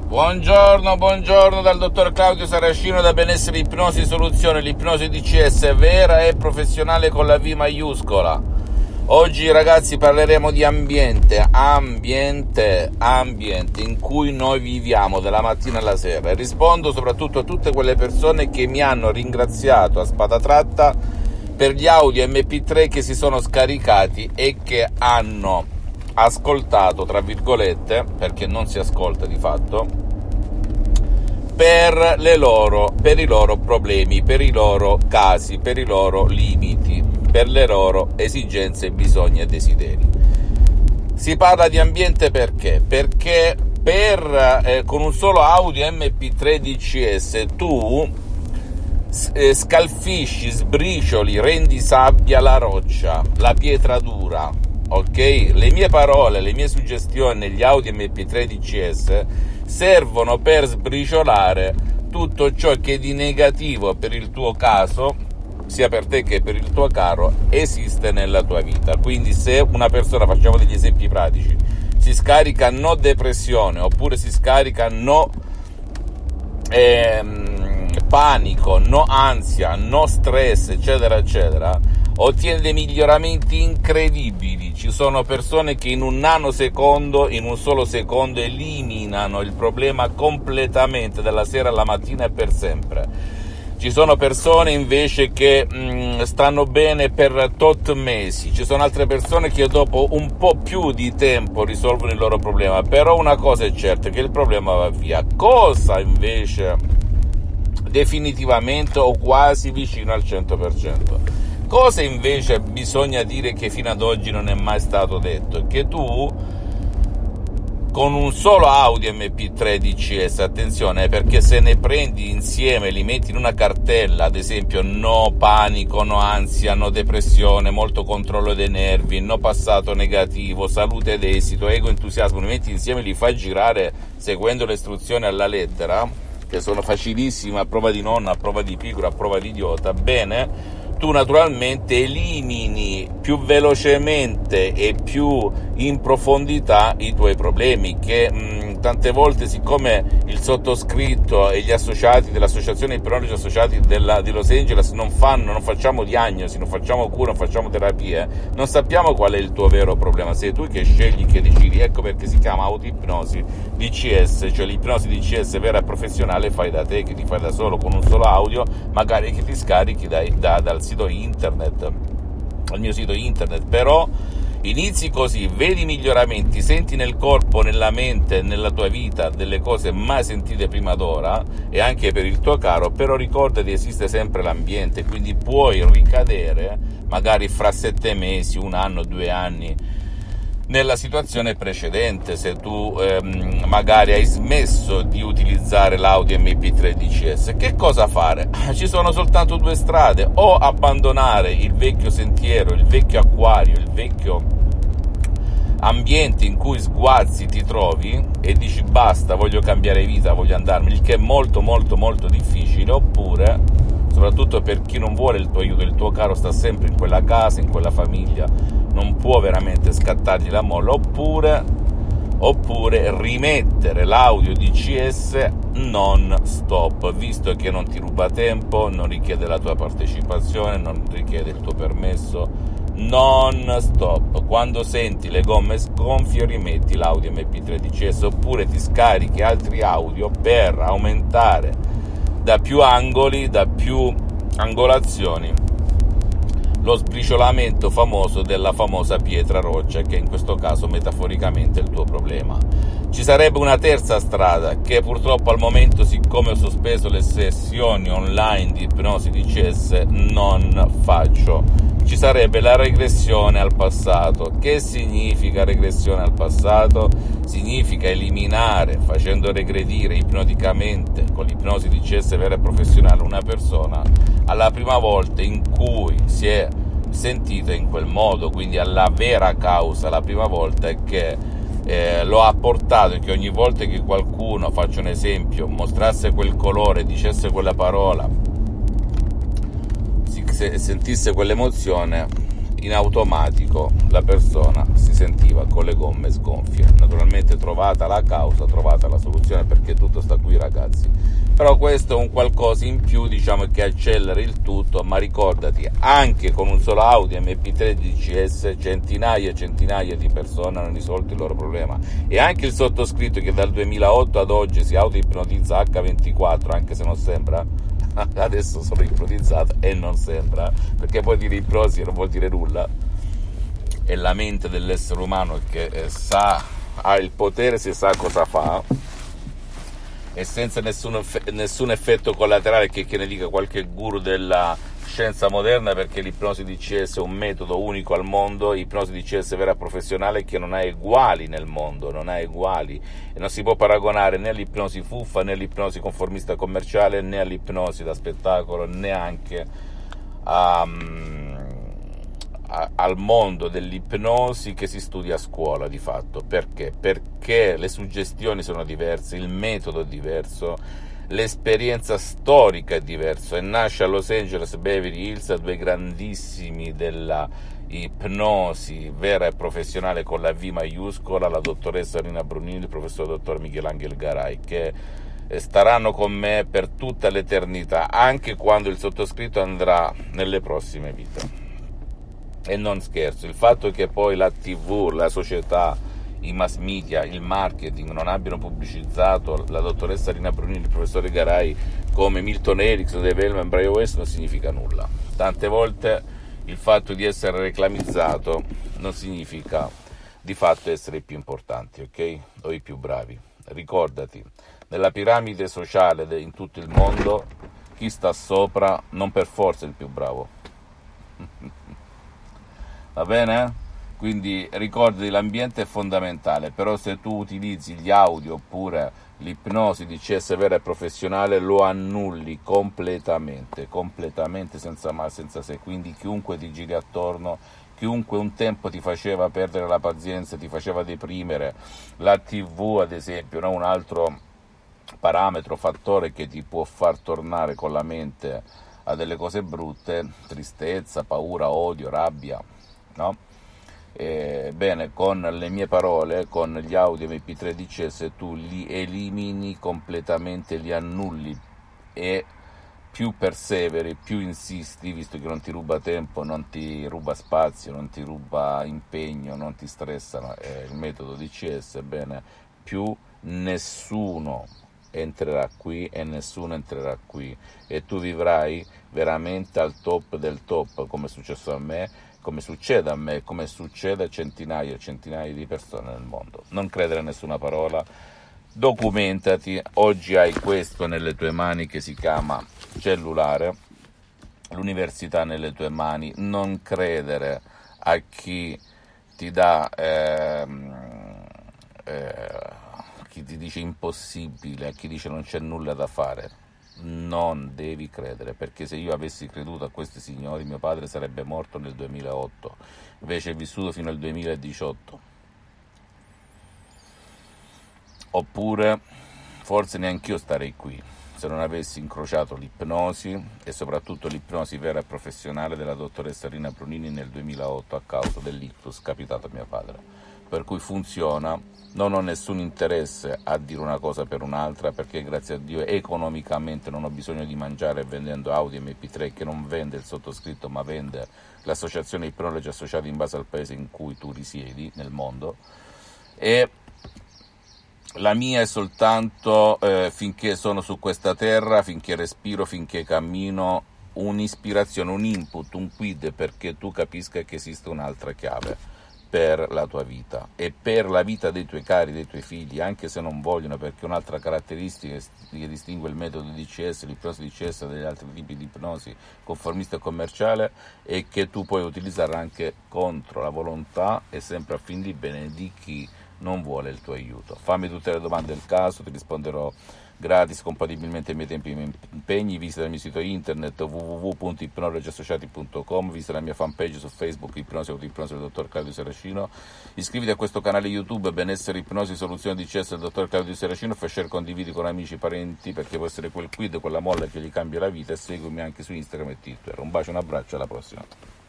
Buongiorno dal dottor Claudio Saracino da Benessere Ipnosi Soluzione, l'ipnosi DCS vera e professionale con la V maiuscola. Oggi ragazzi parleremo di ambiente in cui noi viviamo dalla mattina alla sera, e rispondo soprattutto a tutte quelle persone che mi hanno ringraziato a spada tratta per gli audio MP3 che si sono scaricati e che hanno ascoltato, tra virgolette, perché non si ascolta di fatto, per i loro problemi, per i loro casi, per i loro limiti, per le loro esigenze, bisogni e desideri. Si parla di ambiente perché? Perché con un solo audio MP3 DCS tu scalfisci, sbricioli, rendi sabbia la roccia, la pietra dura. Ok? Le mie parole, le mie suggestioni negli audio MP3 DCS servono per sbriciolare tutto ciò che di negativo per il tuo caso, sia per te che per il tuo caro, esiste nella tua vita. Quindi se una persona, facciamo degli esempi pratici, si scarica no depressione, oppure si scarica no panico, no ansia, no stress, eccetera eccetera, ottiene dei miglioramenti incredibili. Ci sono persone che in un nanosecondo, in un solo secondo, eliminano il problema completamente dalla sera alla mattina e per sempre. Ci sono persone invece che stanno bene per tot mesi, ci sono altre persone che dopo un po' più di tempo risolvono il loro problema, però una cosa è certa, che il problema va via. Cosa invece definitivamente o quasi vicino al 100%? Cosa invece bisogna dire che fino ad oggi non è mai stato detto? Che tu con un solo audio MP3 DCS, attenzione, perché se ne prendi insieme, li metti in una cartella, ad esempio no panico, no ansia, no depressione, molto controllo dei nervi, no passato negativo, salute ed esito, ego, entusiasmo, li metti insieme, li fai girare seguendo le istruzioni alla lettera, che sono facilissime, a prova di nonna, a prova di pigro, a prova di idiota, bene, tu naturalmente elimini più velocemente e più in profondità i tuoi problemi, che tante volte, siccome il sottoscritto e gli associati dell'associazione ipnotici associati di Los Angeles non facciamo diagnosi, non facciamo cure, non facciamo terapie, non sappiamo qual è il tuo vero problema. Sei tu che scegli, che decidi. Ecco perché si chiama autoipnosi DCS, cioè l'ipnosi DCS vera e professionale, fai da te, che ti fai da solo con un solo audio, magari che ti scarichi dal sito internet, al mio sito internet. Però inizi così, vedi miglioramenti, senti nel corpo, nella mente, nella tua vita delle cose mai sentite prima d'ora, e anche per il tuo caro. Però ricordati, esiste sempre l'ambiente, quindi puoi ricadere magari fra 7 mesi, 1 anno, 2 anni nella situazione precedente, se tu magari hai smesso di utilizzare l'audio MP3 DCS. Che cosa fare? Ci sono soltanto 2 strade: o abbandonare il vecchio sentiero, il vecchio acquario, il vecchio ambiente in cui sguazzi ti trovi e dici basta, voglio cambiare vita, voglio andarmene, il che è molto molto molto difficile. Oppure, soprattutto per chi non vuole il tuo aiuto, il tuo caro sta sempre in quella casa, in quella famiglia, non può veramente scattargli la molla, oppure rimettere l'audio DCS non stop, visto che non ti ruba tempo, non richiede la tua partecipazione, non richiede il tuo permesso, non stop. Quando senti le gomme sgonfie, rimetti l'audio MP3 DCS, oppure ti scarichi altri audio per aumentare da più angoli, da più angolazioni, lo sbriciolamento famoso della famosa pietra roccia, che in questo caso metaforicamente è il tuo problema. Ci sarebbe una terza strada, che purtroppo al momento, siccome ho sospeso le sessioni online di ipnosi DCS, non faccio. Ci sarebbe la regressione al passato. Che significa regressione al passato? Significa eliminare, facendo regredire ipnoticamente con l'ipnosi DCS vera e professionale, una persona alla prima volta in cui si è sentita in quel modo, quindi alla vera causa, la prima volta è che lo ha portato, e che ogni volta che qualcuno, faccio un esempio, mostrasse quel colore, dicesse quella parola, sentisse quell'emozione, in automatico la persona si sentiva con le gomme sgonfie. Naturalmente finalmente trovata la causa, trovata la soluzione, perché tutto sta qui, ragazzi. Però questo è un qualcosa in più, diciamo, che accelera il tutto, ma ricordati, anche con un solo audio MP3 DCS centinaia e centinaia di persone hanno risolto il loro problema, e anche il sottoscritto, che dal 2008 ad oggi si autoipnotizza H24, anche se non sembra, adesso sono ipnotizzato e non sembra, perché poi dire ipnosi non vuol dire nulla, è la mente dell'essere umano che ha il potere, se sa cosa fa, e senza nessun effetto collaterale, che ne dica qualche guru della scienza moderna, perché l'ipnosi DCS è un metodo unico al mondo, ipnosi DCS vera professionale, che non ha eguali nel mondo, non ha eguali, e non si può paragonare né all'ipnosi fuffa, né all'ipnosi conformista commerciale, né all'ipnosi da spettacolo, neanche al mondo dell'ipnosi che si studia a scuola di fatto. Perché? Perché le suggestioni sono diverse, il metodo è diverso, l'esperienza storica è diversa, e nasce a Los Angeles, Beverly Hills, due grandissimi della ipnosi vera e professionale con la V maiuscola, la dottoressa Rina Brunini e il professor dottor Michelangelo Garai, che staranno con me per tutta l'eternità, anche quando il sottoscritto andrà nelle prossime vite. E non scherzo, il fatto che poi la TV, la società, i mass media, il marketing non abbiano pubblicizzato la dottoressa Rina Brunini, il professore Garai come Milton Erickson, Dave Hellman, Brian West, non significa nulla. Tante volte il fatto di essere reclamizzato non significa di fatto essere i più importanti, ok? O i più bravi. Ricordati, nella piramide sociale in tutto il mondo, chi sta sopra non per forza è il più bravo. Va bene? Quindi ricordati, l'ambiente è fondamentale, però se tu utilizzi gli audio oppure l'ipnosi DCS vera e professionale, lo annulli completamente, senza ma, senza se. Quindi chiunque ti giri attorno, chiunque un tempo ti faceva perdere la pazienza, ti faceva deprimere, la TV ad esempio, no? Un altro parametro, fattore che ti può far tornare con la mente a delle cose brutte, tristezza, paura, odio, rabbia, no? Bene, con le mie parole, con gli audio MP3 DCS, tu li elimini completamente, li annulli, e più perseveri, più insisti, visto che non ti ruba tempo, non ti ruba spazio, non ti ruba impegno, non ti stressano, il metodo DCS, bene, più nessuno entrerà qui e nessuno entrerà qui, e tu vivrai veramente al top del top, come è successo a me, come succede a me, come succede a centinaia e centinaia di persone nel mondo. Non credere a nessuna parola, documentati. Oggi hai questo nelle tue mani, che si chiama cellulare, l'università nelle tue mani. Non credere a chi ti dà chi ti dice impossibile, a chi dice non c'è nulla da fare. Non devi credere, perché se io avessi creduto a questi signori, mio padre sarebbe morto nel 2008, invece è vissuto fino al 2018. Oppure forse neanch'io starei qui se non avessi incrociato l'ipnosi, e soprattutto l'ipnosi vera e professionale della dottoressa Rina Brunini nel 2008, a causa dell'ictus capitato a mio padre. Per cui funziona, non ho nessun interesse a dire una cosa per un'altra, perché grazie a Dio economicamente non ho bisogno di mangiare vendendo audio MP3, che non vende il sottoscritto ma vende l'associazione Ipnologi Associati in base al paese in cui tu risiedi nel mondo, e la mia è soltanto finché sono su questa terra, finché respiro, finché cammino, un'ispirazione, un input, un quid, perché tu capisca che esiste un'altra chiave per la tua vita e per la vita dei tuoi cari, dei tuoi figli, anche se non vogliono, perché un'altra caratteristica che distingue il metodo DCS, l'ipnosi DCS dagli altri tipi di ipnosi conformista e commerciale, è che tu puoi utilizzarla anche contro la volontà e sempre a fin di bene di chi non vuole il tuo aiuto. Fammi tutte le domande del caso, ti risponderò gratis, compatibilmente ai miei tempi e ai miei impegni. Visita il mio sito internet www.ipnologiassociati.com, visita la mia fanpage su Facebook, Ipnosi Autoipnosi del dottor Claudio Seracino, iscriviti a questo canale YouTube Benessere Ipnosi Soluzione DCS del dottor Claudio Seracino, fai share, condividi con amici, parenti, perché può essere quel quid, quella molla che gli cambia la vita, e seguimi anche su Instagram e Twitter. Un bacio, un abbraccio, alla prossima.